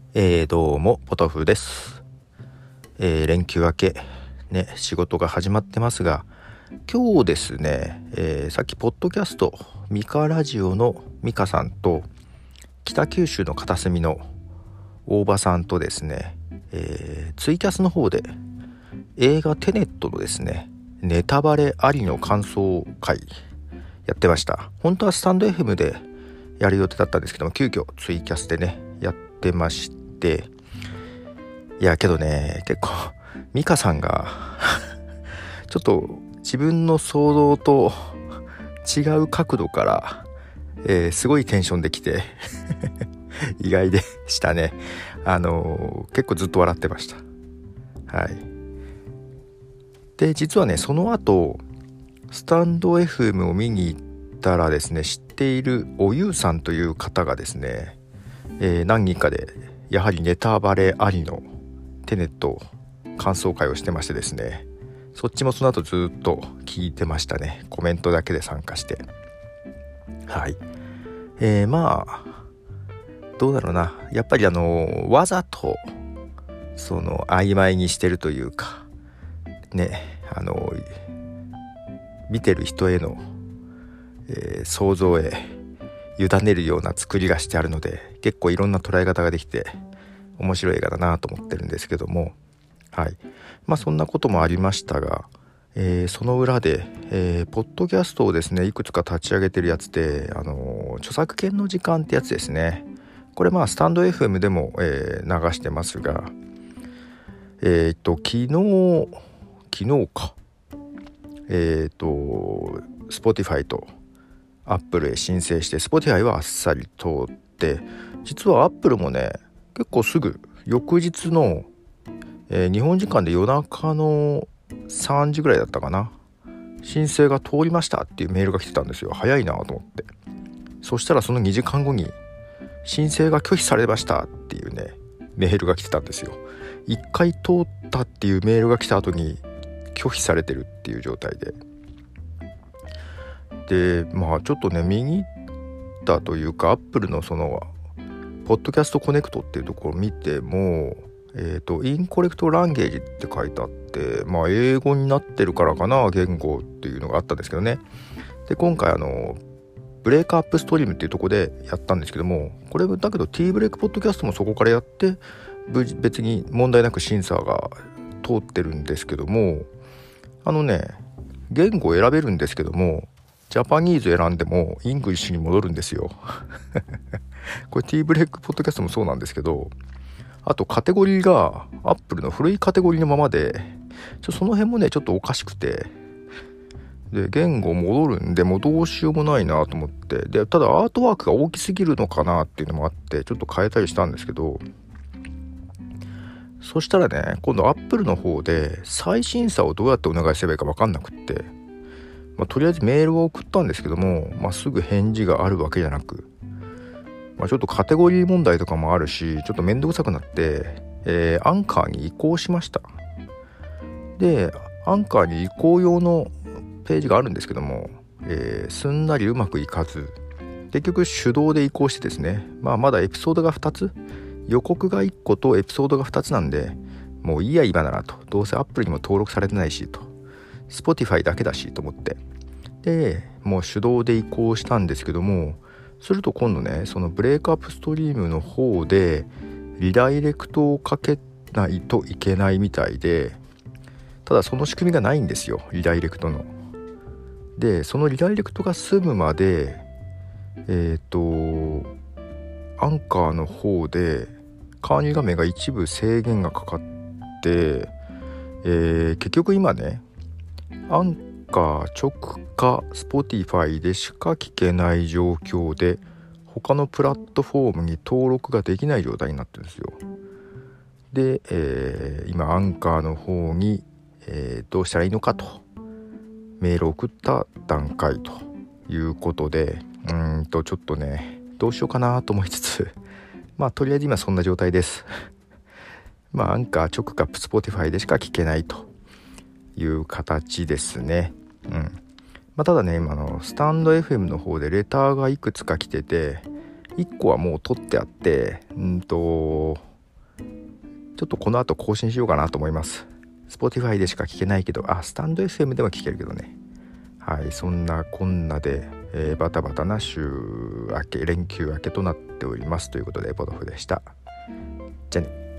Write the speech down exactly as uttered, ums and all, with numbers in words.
えー、どうもポトフです、えー、連休明けね仕事が始まってますが、今日ですね、えー、さっきポッドキャストミカラジオのミカさんと北九州の片隅の大場さんとですね、えー、ツイキャスの方で映画テネットのですねネタバレありの感想会やってました。本当はスタンド エフエム でやる予定だったんですけども、急遽ツイキャスでねやってまして、いやけどね結構ミカさんがちょっと自分の想像と違う角度から、えー、すごいテンションできて意外でしたね。あのー、結構ずっと笑ってました。はい。で実はねその後スタンド エフエム を見に行ったらですね、知っているおゆうさんという方がですね、えー、何人かでやはりネタバレありのテネット感想会をしてましてですね、そっちもその後ずっと聞いてましたね。コメントだけで参加して。はい。えー、まあどうだろうな、やっぱりあのわざとその曖昧にしてるというかね、あの見てる人への、えー、想像へ委ねるような作りがしてあるので、結構いろんな捉え方ができて面白い映画だなと思ってるんですけども、はい。まあそんなこともありましたが、えー、その裏で、えー、ポッドキャストをですねいくつか立ち上げてるやつで、あのー、著作権の時間ってやつですね。これまあスタンド エフエム でも、えー、流してますが、えー、っと昨日昨日かえー、っと Spotify と Apple へ申請して、 Spotify はあっさり通って、実は Apple もね結構すぐ翌日の、えー、日本時間で夜中のさんじぐらいだったかな、申請が通りましたっていうメールが来てたんですよ。早いなと思って。そしたらそのにじかんごに申請が拒否されましたっていうねメールが来てたんですよ。一回通ったっていうメールが来た後に拒否されてるっていう状態で、でまあちょっとね見に行ったというか、アップルのそのポッドキャストコネクトっていうところを見ても、えーとインコレクトランゲージって書いてあって、まあ英語になってるからかな、言語っていうのがあったんですけどね。で今回あのブレイクアップストリームっていうところでやったんですけども、これだけど T ブレイクポッドキャストもそこからやって別に問題なく審査が通ってるんですけども、あのね言語を選べるんですけども、ジャパニーズ選んでもイングリッシュに戻るんですよこれ T ブレイクポッドキャストもそうなんですけど、あとカテゴリーがアップルの古いカテゴリーのままで、ちょその辺もねちょっとおかしくて、で言語戻るんでもうどうしようもないなと思って、でただアートワークが大きすぎるのかなっていうのもあってちょっと変えたりしたんですけど、そしたらね今度アップルの方で再審査をどうやってお願いすればいいか分かんなくって、まあ、とりあえずメールを送ったんですけども、まあ、すぐ返事があるわけじゃなく、まあ、ちょっとカテゴリー問題とかもあるしちょっとめんどくさくなって、えー、アンカーに移行しました。でアンカーに移行用のページがあるんですけども、えー、すんなりうまくいかず、結局手動で移行してですね、まあまだエピソードがふたつ、予告がいっことエピソードがふたつなんで、もういいや今ならと、どうせ Apple にも登録されてないしと、 Spotify だけだしと思って、でもう手動で移行したんですけども、すると今度ねそのブレイクアップストリームの方でリダイレクトをかけないといけないみたいで、ただその仕組みがないんですよ、リダイレクトの。でそのリダイレクトが済むまでえっ、ー、とアンカーの方で管理画面が一部制限がかかって、えー、結局今ねアンカー直か Spotify でしか聞けない状況で、他のプラットフォームに登録ができない状態になってるんですよ。で、えー、今アンカーの方に、えー、どうしたらいいのかとメールを送った段階ということで、うーんとちょっとねどうしようかなと思いつつ、まあとりあえず今そんな状態ですまあアンカー直か Spotify でしか聞けないという形ですね。うん。まあただね今のスタンド エフエム の方でレターがいくつか来てて、いっこはもう取ってあって、うんとちょっとこの後更新しようかなと思います。 Spotify でしか聞けないけど、あスタンド エフエム でも聞けるけどね。はい、そんなこんなで、えー、バタバタな週明け連休明けとなっておりますということで、ポトフでした。じゃあね。